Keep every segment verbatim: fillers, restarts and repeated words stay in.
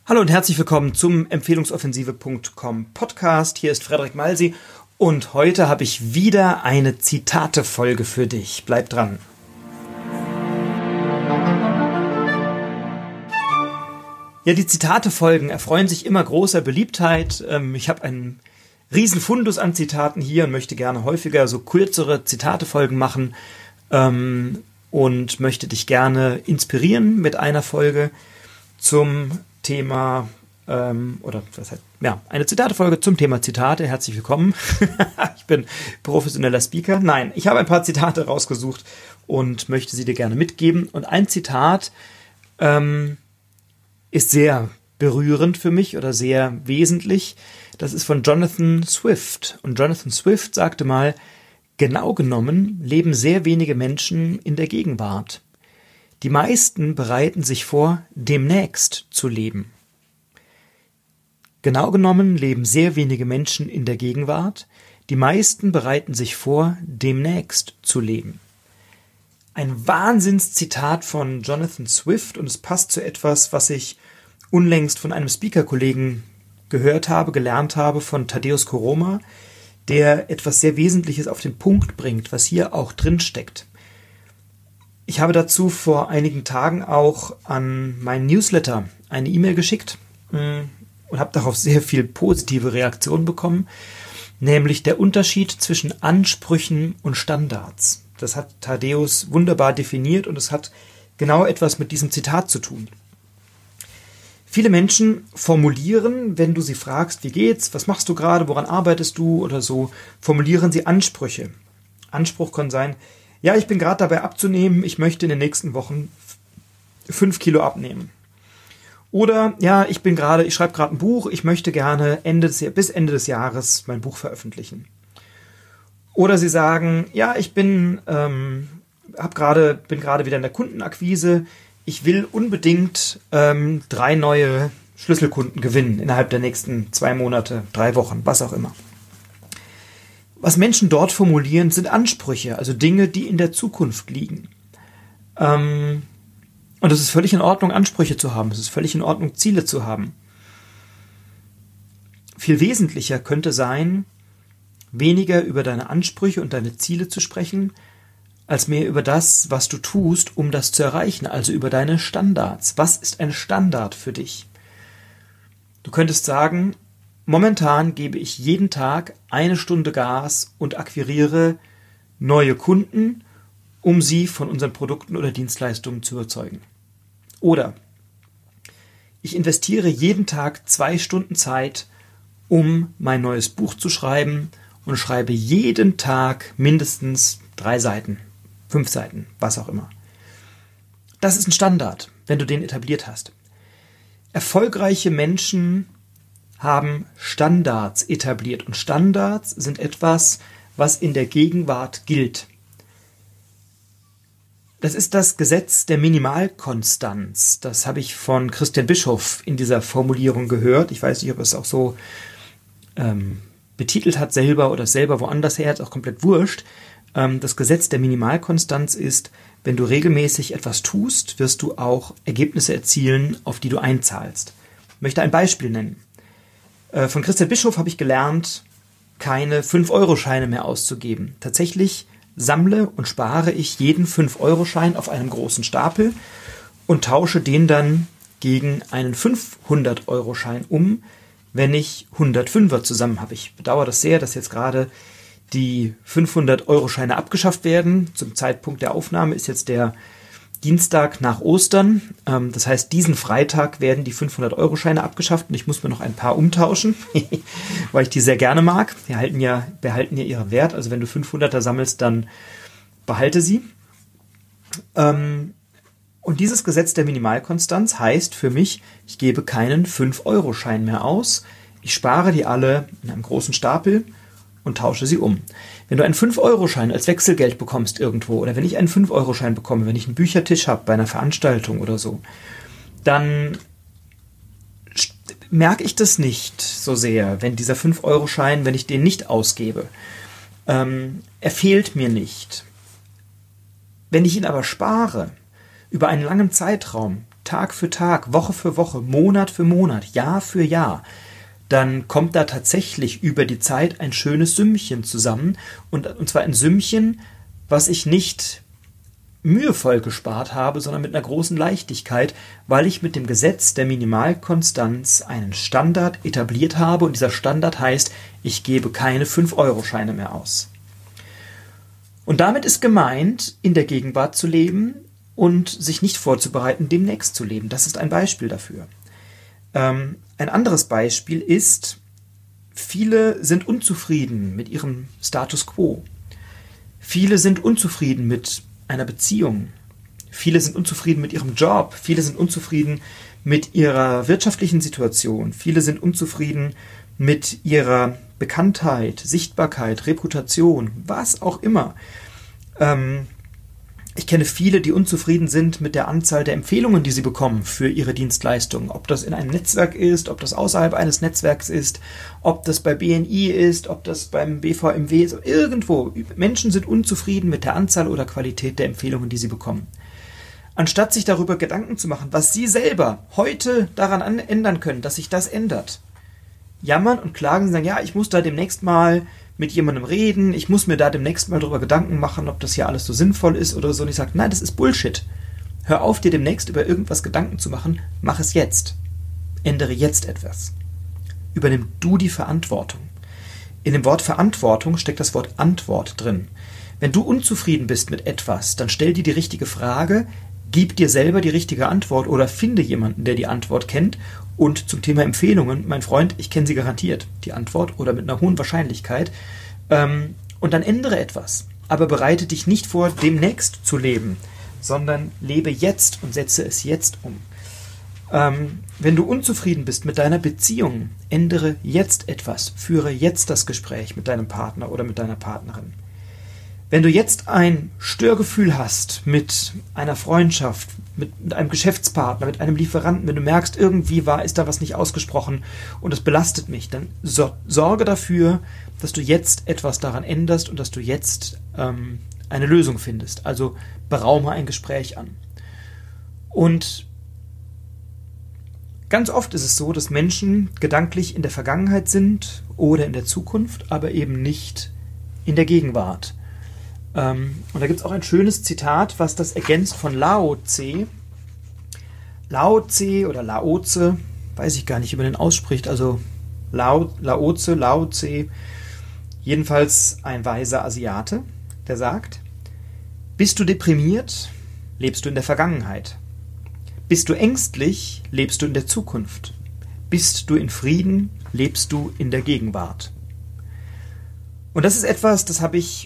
Hallo und herzlich willkommen zum Empfehlungsoffensive Punkt com Podcast. Hier ist Frederik Malsi und heute habe ich wieder eine Zitate-Folge für dich. Bleib dran. Ja, die Zitate-Folgen erfreuen sich immer großer Beliebtheit. Ich habe einen riesen Fundus an Zitaten hier und möchte gerne häufiger so kürzere Zitate-Folgen machen und möchte dich gerne inspirieren mit einer Folge zum Thema, ähm, oder was heißt, ja, eine Zitate-Folge zum Thema Zitate. Herzlich willkommen. Ich bin professioneller Speaker. Nein, ich habe ein paar Zitate rausgesucht und möchte sie dir gerne mitgeben. Und ein Zitat ähm, ist sehr berührend für mich oder sehr wesentlich. Das ist von Jonathan Swift. Und Jonathan Swift sagte mal, genau genommen leben sehr wenige Menschen in der Gegenwart. Die meisten bereiten sich vor, demnächst zu leben. Genau genommen leben sehr wenige Menschen in der Gegenwart. Die meisten bereiten sich vor, demnächst zu leben. Ein Wahnsinnszitat von Jonathan Swift und es passt zu etwas, was ich unlängst von einem Speaker-Kollegen gehört habe, gelernt habe, von Tadeusz Koroma, der etwas sehr Wesentliches auf den Punkt bringt, was hier auch drin steckt. Ich habe dazu vor einigen Tagen auch an meinen Newsletter eine E-Mail geschickt und habe darauf sehr viel positive Reaktionen bekommen, nämlich der Unterschied zwischen Ansprüchen und Standards. Das hat Tadeusz wunderbar definiert und es hat genau etwas mit diesem Zitat zu tun. Viele Menschen formulieren, wenn du sie fragst, wie geht's, was machst du gerade, woran arbeitest du oder so, formulieren sie Ansprüche. Anspruch kann sein, ja, ich bin gerade dabei abzunehmen, ich möchte in den nächsten Wochen fünf Kilo abnehmen. Oder, ja, ich bin gerade, ich schreibe gerade ein Buch, ich möchte gerne Ende des, bis Ende des Jahres mein Buch veröffentlichen. Oder sie sagen, ja, ich bin, ähm, hab gerade, bin gerade wieder in der Kundenakquise, ich will unbedingt ähm, drei neue Schlüsselkunden gewinnen innerhalb der nächsten zwei Monate, drei Wochen, was auch immer. Was Menschen dort formulieren, sind Ansprüche, also Dinge, die in der Zukunft liegen. Ähm, und es ist völlig in Ordnung, Ansprüche zu haben. Es ist völlig in Ordnung, Ziele zu haben. Viel wesentlicher könnte sein, weniger über deine Ansprüche und deine Ziele zu sprechen, als mehr über das, was du tust, um das zu erreichen, also über deine Standards. Was ist ein Standard für dich? Du könntest sagen, momentan gebe ich jeden Tag eine Stunde Gas und akquiriere neue Kunden, um sie von unseren Produkten oder Dienstleistungen zu überzeugen. Oder ich investiere jeden Tag zwei Stunden Zeit, um mein neues Buch zu schreiben und schreibe jeden Tag mindestens drei Seiten, fünf Seiten, was auch immer. Das ist ein Standard, wenn du den etabliert hast. Erfolgreiche Menschen haben Standards etabliert. Und Standards sind etwas, was in der Gegenwart gilt. Das ist das Gesetz der Minimalkonstanz. Das habe ich von Christian Bischoff in dieser Formulierung gehört. Ich weiß nicht, ob er es auch so ähm, betitelt hat selber oder selber woanders her, ist auch komplett wurscht. Ähm, das Gesetz der Minimalkonstanz ist, wenn du regelmäßig etwas tust, wirst du auch Ergebnisse erzielen, auf die du einzahlst. Ich möchte ein Beispiel nennen. Von Christian Bischoff habe ich gelernt, keine fünf Euro Scheine mehr auszugeben. Tatsächlich sammle und spare ich jeden fünf Euro Schein auf einem großen Stapel und tausche den dann gegen einen fünfhundert Euro Schein um, wenn ich hundertfünfer zusammen habe. Ich bedauere das sehr, dass jetzt gerade die fünfhundert Euro Scheine abgeschafft werden. Zum Zeitpunkt der Aufnahme ist jetzt der Dienstag nach Ostern. Das heißt, diesen Freitag werden die fünfhundert Euro Scheine abgeschafft und ich muss mir noch ein paar umtauschen, weil ich die sehr gerne mag. Die halten ja, behalten ja ihren Wert. Also wenn du fünfhunderter sammelst, dann behalte sie. Und dieses Gesetz der Minimalkonstanz heißt für mich, ich gebe keinen fünf Euro Schein mehr aus. Ich spare die alle in einem großen Stapel und tausche sie um. Wenn du einen fünf Euro Schein als Wechselgeld bekommst irgendwo oder wenn ich einen fünf Euro Schein bekomme, wenn ich einen Büchertisch habe bei einer Veranstaltung oder so, dann merke ich das nicht so sehr, wenn dieser fünf Euro Schein, wenn ich den nicht ausgebe. Ähm, er fehlt mir nicht. Wenn ich ihn aber spare, über einen langen Zeitraum, Tag für Tag, Woche für Woche, Monat für Monat, Jahr für Jahr, dann kommt da tatsächlich über die Zeit ein schönes Sümmchen zusammen. Und, und zwar ein Sümmchen, was ich nicht mühevoll gespart habe, sondern mit einer großen Leichtigkeit, weil ich mit dem Gesetz der Minimalkonstanz einen Standard etabliert habe. Und dieser Standard heißt, ich gebe keine fünf-Euro-Scheine mehr aus. Und damit ist gemeint, in der Gegenwart zu leben und sich nicht vorzubereiten, demnächst zu leben. Das ist ein Beispiel dafür. Ähm, ein anderes Beispiel ist, viele sind unzufrieden mit ihrem Status quo. Viele sind unzufrieden mit einer Beziehung. Viele sind unzufrieden mit ihrem Job. Viele sind unzufrieden mit ihrer wirtschaftlichen Situation. Viele sind unzufrieden mit ihrer Bekanntheit, Sichtbarkeit, Reputation, was auch immer. Ähm, ich kenne viele, die unzufrieden sind mit der Anzahl der Empfehlungen, die sie bekommen für ihre Dienstleistungen. Ob das in einem Netzwerk ist, ob das außerhalb eines Netzwerks ist, ob das bei B N I ist, ob das beim B V M W ist, irgendwo. Menschen sind unzufrieden mit der Anzahl oder Qualität der Empfehlungen, die sie bekommen. Anstatt sich darüber Gedanken zu machen, was sie selber heute daran an- ändern können, dass sich das ändert, jammern und klagen und sagen, ja, ich muss da demnächst mal mit jemandem reden, ich muss mir da demnächst mal darüber Gedanken machen, ob das hier alles so sinnvoll ist oder so. Und ich sage, nein, das ist Bullshit. Hör auf, dir demnächst über irgendwas Gedanken zu machen, mach es jetzt. Ändere jetzt etwas. Übernimm du die Verantwortung. In dem Wort Verantwortung steckt das Wort Antwort drin. Wenn du unzufrieden bist mit etwas, dann stell dir die richtige Frage, gib dir selber die richtige Antwort oder finde jemanden, der die Antwort kennt. Und zum Thema Empfehlungen, mein Freund, ich kenne sie garantiert, die Antwort, oder mit einer hohen Wahrscheinlichkeit. Ähm, und dann ändere etwas. Aber bereite dich nicht vor, demnächst zu leben, sondern lebe jetzt und setze es jetzt um. Ähm, wenn du unzufrieden bist mit deiner Beziehung, ändere jetzt etwas, führe jetzt das Gespräch mit deinem Partner oder mit deiner Partnerin. Wenn du jetzt ein Störgefühl hast mit einer Freundschaft, mit, mit einem Geschäftspartner, mit einem Lieferanten, wenn du merkst, irgendwie war, ist da was nicht ausgesprochen und das belastet mich, dann so, sorge dafür, dass du jetzt etwas daran änderst und dass du jetzt ähm, eine Lösung findest. Also beraume ein Gespräch an. Und ganz oft ist es so, dass Menschen gedanklich in der Vergangenheit sind oder in der Zukunft, aber eben nicht in der Gegenwart. Und da gibt es auch ein schönes Zitat, was das ergänzt von Lao Tse. Lao Tse oder Lao Tse, weiß ich gar nicht, wie man den ausspricht, also Lao, Lao Tse, Lao Tse, jedenfalls ein weiser Asiate, der sagt, bist du deprimiert, lebst du in der Vergangenheit. Bist du ängstlich, lebst du in der Zukunft. Bist du in Frieden, lebst du in der Gegenwart. Und das ist etwas, das habe ich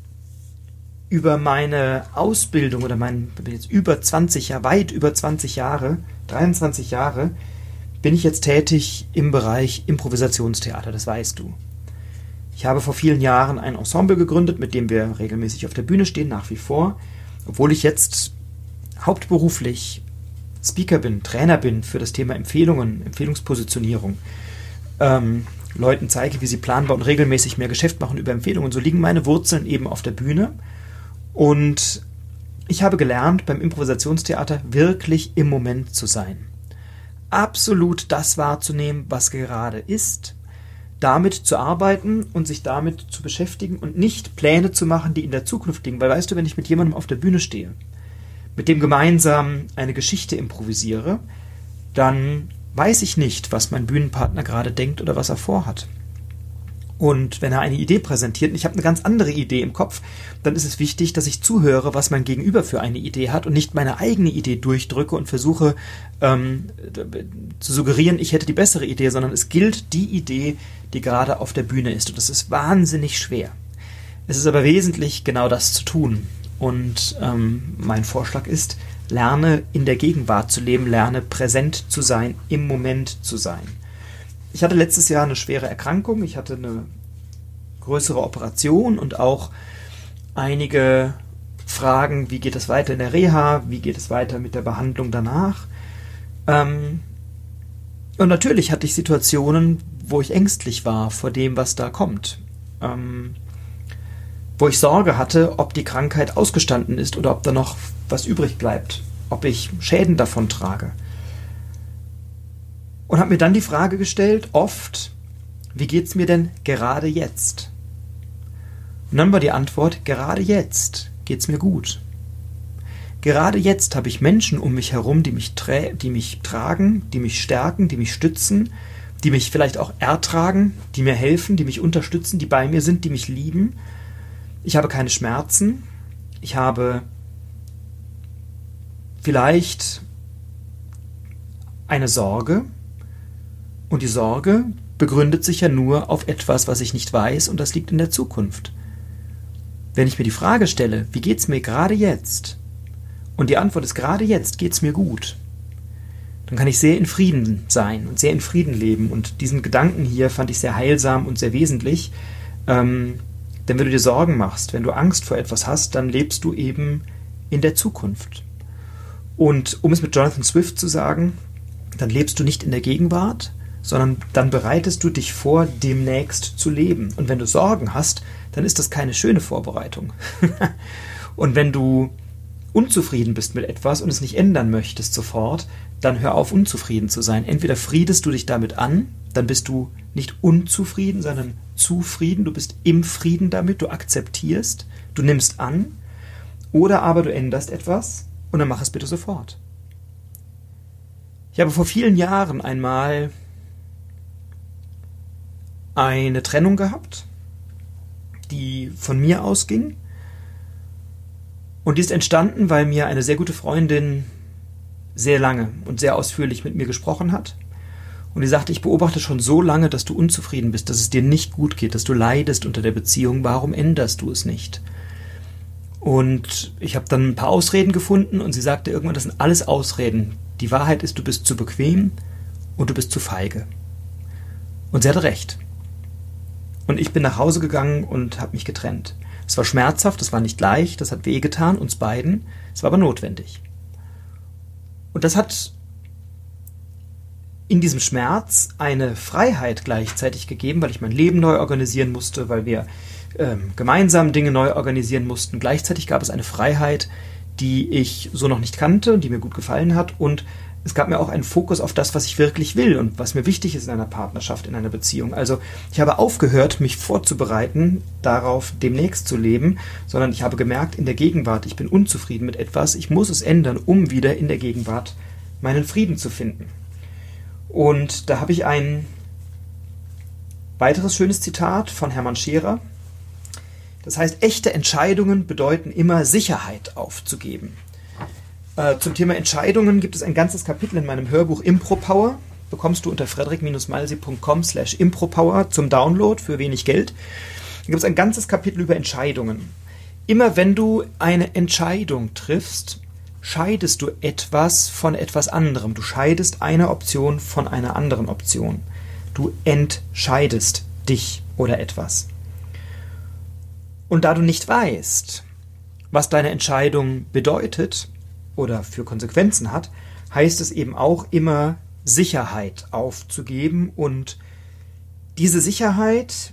über meine Ausbildung oder mein, bin jetzt über zwanzig Jahre, weit über zwanzig Jahre, dreiundzwanzig Jahre, bin ich jetzt tätig im Bereich Improvisationstheater, das weißt du. Ich habe vor vielen Jahren ein Ensemble gegründet, mit dem wir regelmäßig auf der Bühne stehen, nach wie vor, obwohl ich jetzt hauptberuflich Speaker bin, Trainer bin für das Thema Empfehlungen, Empfehlungspositionierung, ähm, Leuten zeige, wie sie planbar und regelmäßig mehr Geschäft machen über Empfehlungen. So liegen meine Wurzeln eben auf der Bühne. Und ich habe gelernt, beim Improvisationstheater wirklich im Moment zu sein. Absolut das wahrzunehmen, was gerade ist, damit zu arbeiten und sich damit zu beschäftigen und nicht Pläne zu machen, die in der Zukunft liegen. Weil weißt du, wenn ich mit jemandem auf der Bühne stehe, mit dem gemeinsam eine Geschichte improvisiere, dann weiß ich nicht, was mein Bühnenpartner gerade denkt oder was er vorhat. Und wenn er eine Idee präsentiert und ich habe eine ganz andere Idee im Kopf, dann ist es wichtig, dass ich zuhöre, was mein Gegenüber für eine Idee hat und nicht meine eigene Idee durchdrücke und versuche ähm, zu suggerieren, ich hätte die bessere Idee, sondern es gilt die Idee, die gerade auf der Bühne ist. Und das ist wahnsinnig schwer. Es ist aber wesentlich, genau das zu tun. Und ähm, mein Vorschlag ist, lerne in der Gegenwart zu leben, lerne präsent zu sein, im Moment zu sein. Ich hatte letztes Jahr eine schwere Erkrankung, ich hatte eine größere Operation und auch einige Fragen, wie geht es weiter in der Reha, wie geht es weiter mit der Behandlung danach. Ähm, und natürlich hatte ich Situationen, wo ich ängstlich war vor dem, was da kommt. Ähm, wo ich Sorge hatte, ob die Krankheit ausgestanden ist oder ob da noch was übrig bleibt ob ich Schäden davon trage. Und habe mir dann die Frage gestellt, oft, wie geht's mir denn gerade jetzt? Und dann war die Antwort, gerade jetzt geht's mir gut. Gerade jetzt habe ich Menschen um mich herum, die mich, trä- die mich tragen, die mich stärken, die mich stützen, die mich vielleicht auch ertragen, die mir helfen, die mich unterstützen, die bei mir sind, die mich lieben. Ich habe keine Schmerzen. Ich habe vielleicht eine Sorge. Und die Sorge begründet sich ja nur auf etwas, was ich nicht weiß, und das liegt in der Zukunft. Wenn ich mir die Frage stelle, wie geht's mir gerade jetzt? Und die Antwort ist, gerade jetzt geht's mir gut. Dann kann ich sehr in Frieden sein und sehr in Frieden leben. Und diesen Gedanken hier fand ich sehr heilsam und sehr wesentlich. Ähm, denn wenn du dir Sorgen machst, wenn du Angst vor etwas hast, dann lebst du eben in der Zukunft. Und um es mit Jonathan Swift zu sagen, dann lebst du nicht in der Gegenwart, sondern dann bereitest du dich vor, demnächst zu leben. Und wenn du Sorgen hast, dann ist das keine schöne Vorbereitung. Und wenn du unzufrieden bist mit etwas und es nicht ändern möchtest sofort, dann hör auf, unzufrieden zu sein. Entweder friedest du dich damit an, dann bist du nicht unzufrieden, sondern zufrieden, du bist im Frieden damit, du akzeptierst, du nimmst an, oder aber du änderst etwas und dann mach es bitte sofort. Ich habe vor vielen Jahren einmal eine Trennung gehabt, die von mir ausging. Und die ist entstanden, weil mir eine sehr gute Freundin sehr lange und sehr ausführlich mit mir gesprochen hat. Und die sagte, ich beobachte schon so lange, dass du unzufrieden bist, dass es dir nicht gut geht, dass du leidest unter der Beziehung. Warum änderst du es nicht? Und ich habe dann ein paar Ausreden gefunden und sie sagte irgendwann, das sind alles Ausreden. Die Wahrheit ist, du bist zu bequem und du bist zu feige. Und sie hatte recht. Und ich bin nach Hause gegangen und habe mich getrennt. Es war schmerzhaft, es war nicht leicht, das hat wehgetan, uns beiden. Es war aber notwendig. Und das hat in diesem Schmerz eine Freiheit gleichzeitig gegeben, weil ich mein Leben neu organisieren musste, weil wir ähm, gemeinsam Dinge neu organisieren mussten. Gleichzeitig gab es eine Freiheit, die ich so noch nicht kannte und die mir gut gefallen hat. Und es gab mir auch einen Fokus auf das, was ich wirklich will und was mir wichtig ist in einer Partnerschaft, in einer Beziehung. Also ich habe aufgehört, mich vorzubereiten, darauf demnächst zu leben, sondern ich habe gemerkt, in der Gegenwart, ich bin unzufrieden mit etwas, ich muss es ändern, um wieder in der Gegenwart meinen Frieden zu finden. Und da habe ich ein weiteres schönes Zitat von Hermann Scherer. Das heißt, echte Entscheidungen bedeuten immer, Sicherheit aufzugeben. Äh, zum Thema Entscheidungen gibt es ein ganzes Kapitel in meinem Hörbuch Impropower. Bekommst du unter frederik malsi punkt com slash impropower zum Download für wenig Geld. Da gibt es ein ganzes Kapitel über Entscheidungen. Immer wenn du eine Entscheidung triffst, scheidest du etwas von etwas anderem. Du scheidest eine Option von einer anderen Option. Du entscheidest dich oder etwas. Und da du nicht weißt, was deine Entscheidung bedeutet oder für Konsequenzen hat, heißt es eben auch immer, Sicherheit aufzugeben. Und diese Sicherheit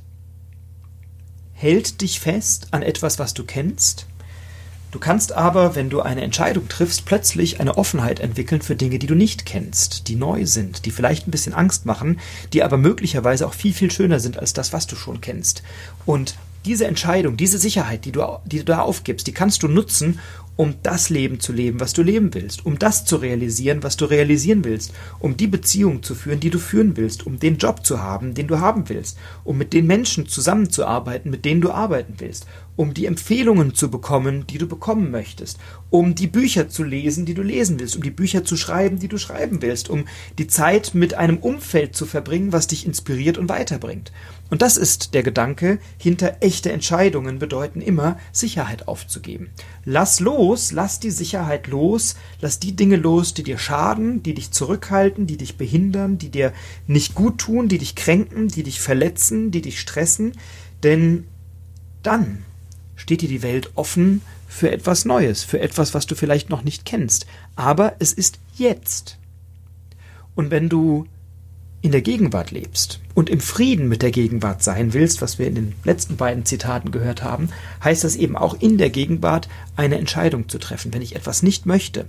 hält dich fest an etwas, was du kennst. Du kannst aber, wenn du eine Entscheidung triffst, plötzlich eine Offenheit entwickeln für Dinge, die du nicht kennst, die neu sind, die vielleicht ein bisschen Angst machen, die aber möglicherweise auch viel, viel schöner sind als das, was du schon kennst. Und diese Entscheidung, diese Sicherheit, die du, die du da aufgibst, die kannst du nutzen, um das Leben zu leben, was du leben willst, um das zu realisieren, was du realisieren willst, um die Beziehung zu führen, die du führen willst, um den Job zu haben, den du haben willst, um mit den Menschen zusammenzuarbeiten, mit denen du arbeiten willst, um die Empfehlungen zu bekommen, die du bekommen möchtest, um die Bücher zu lesen, die du lesen willst, um die Bücher zu schreiben, die du schreiben willst, um die Zeit mit einem Umfeld zu verbringen, was dich inspiriert und weiterbringt. Und das ist der Gedanke hinter echte Entscheidungen bedeuten immer, Sicherheit aufzugeben. Lass los, lass die Sicherheit los, lass die Dinge los, die dir schaden, die dich zurückhalten, die dich behindern, die dir nicht gut tun, die dich kränken, die dich verletzen, die dich stressen, denn dann steht dir die Welt offen für etwas Neues, für etwas, was du vielleicht noch nicht kennst. Aber es ist jetzt. Und wenn du in der Gegenwart lebst und im Frieden mit der Gegenwart sein willst, was wir in den letzten beiden Zitaten gehört haben, heißt das eben auch in der Gegenwart eine Entscheidung zu treffen. Wenn ich etwas nicht möchte,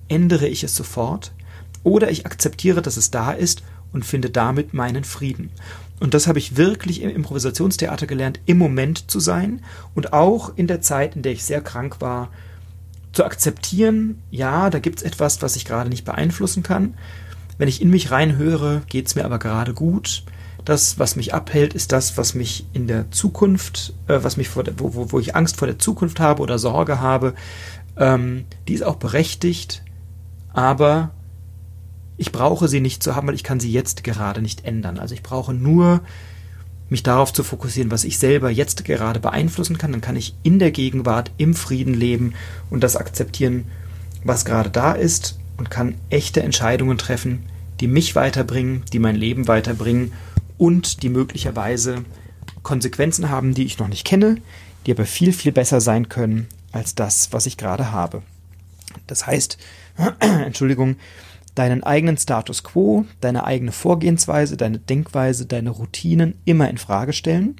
ändere ich es sofort oder ich akzeptiere, dass es da ist und finde damit meinen Frieden. Und das habe ich wirklich im Improvisationstheater gelernt, im Moment zu sein und auch in der Zeit, in der ich sehr krank war, zu akzeptieren, ja, da gibt es etwas, was ich gerade nicht beeinflussen kann. Wenn ich in mich reinhöre, geht es mir aber gerade gut. Das, was mich abhält, ist das, was mich in der Zukunft, äh, was mich vor der, wo, wo, wo ich Angst vor der Zukunft habe oder Sorge habe. Ähm, die ist auch berechtigt, aber ich brauche sie nicht zu haben, weil ich kann sie jetzt gerade nicht ändern. Also ich brauche nur mich darauf zu fokussieren, was ich selber jetzt gerade beeinflussen kann. Dann kann ich in der Gegenwart, im Frieden leben und das akzeptieren, was gerade da ist und kann echte Entscheidungen treffen, die mich weiterbringen, die mein Leben weiterbringen und die möglicherweise Konsequenzen haben, die ich noch nicht kenne, die aber viel, viel besser sein können als das, was ich gerade habe. Das heißt, Entschuldigung, deinen eigenen Status quo, deine eigene Vorgehensweise, deine Denkweise, deine Routinen immer in Frage stellen.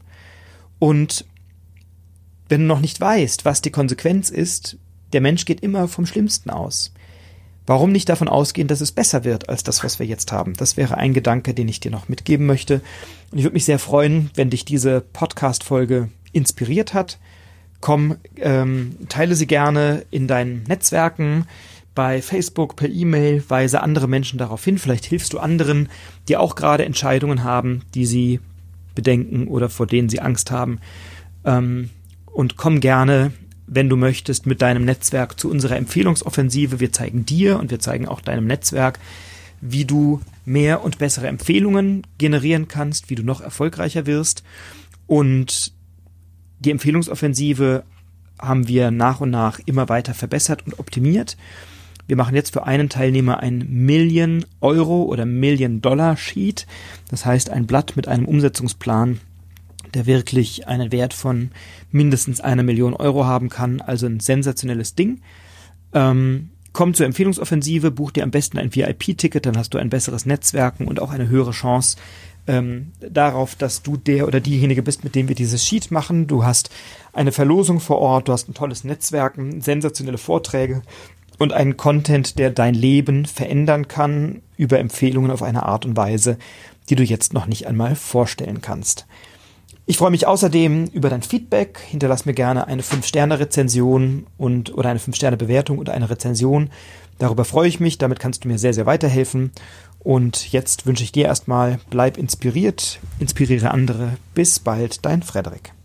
Und wenn du noch nicht weißt, was die Konsequenz ist, der Mensch geht immer vom Schlimmsten aus. Warum nicht davon ausgehen, dass es besser wird als das, was wir jetzt haben? Das wäre ein Gedanke, den ich dir noch mitgeben möchte. Und ich würde mich sehr freuen, wenn dich diese Podcast-Folge inspiriert hat. Komm, ähm, teile sie gerne in deinen Netzwerken, bei Facebook, per E-Mail, weise andere Menschen darauf hin. Vielleicht hilfst du anderen, die auch gerade Entscheidungen haben, die sie bedenken oder vor denen sie Angst haben. Ähm, und komm gerne, wenn du möchtest, mit deinem Netzwerk zu unserer Empfehlungsoffensive. Wir zeigen dir und wir zeigen auch deinem Netzwerk, wie du mehr und bessere Empfehlungen generieren kannst, wie du noch erfolgreicher wirst. Und die Empfehlungsoffensive haben wir nach und nach immer weiter verbessert und optimiert. Wir machen jetzt für einen Teilnehmer ein Million Euro oder Million Dollar Sheet. Das heißt ein Blatt mit einem Umsetzungsplan, der wirklich einen Wert von mindestens einer Million Euro haben kann. Also ein sensationelles Ding. Ähm, komm zur Empfehlungsoffensive, buch dir am besten ein V I P-Ticket, dann hast du ein besseres Netzwerken und auch eine höhere Chance ähm, darauf, dass du der oder diejenige bist, mit dem wir dieses Sheet machen. Du hast eine Verlosung vor Ort, du hast ein tolles Netzwerken, sensationelle Vorträge und einen Content, der dein Leben verändern kann über Empfehlungen auf eine Art und Weise, die du jetzt noch nicht einmal vorstellen kannst. Ich freue mich außerdem über dein Feedback. Hinterlass mir gerne eine fünf Sterne Rezension und oder eine fünf Sterne Bewertung und eine Rezension. Darüber freue ich mich. Damit kannst du mir sehr, sehr weiterhelfen. Und jetzt wünsche ich dir erstmal, bleib inspiriert, inspiriere andere. Bis bald, dein Frederik.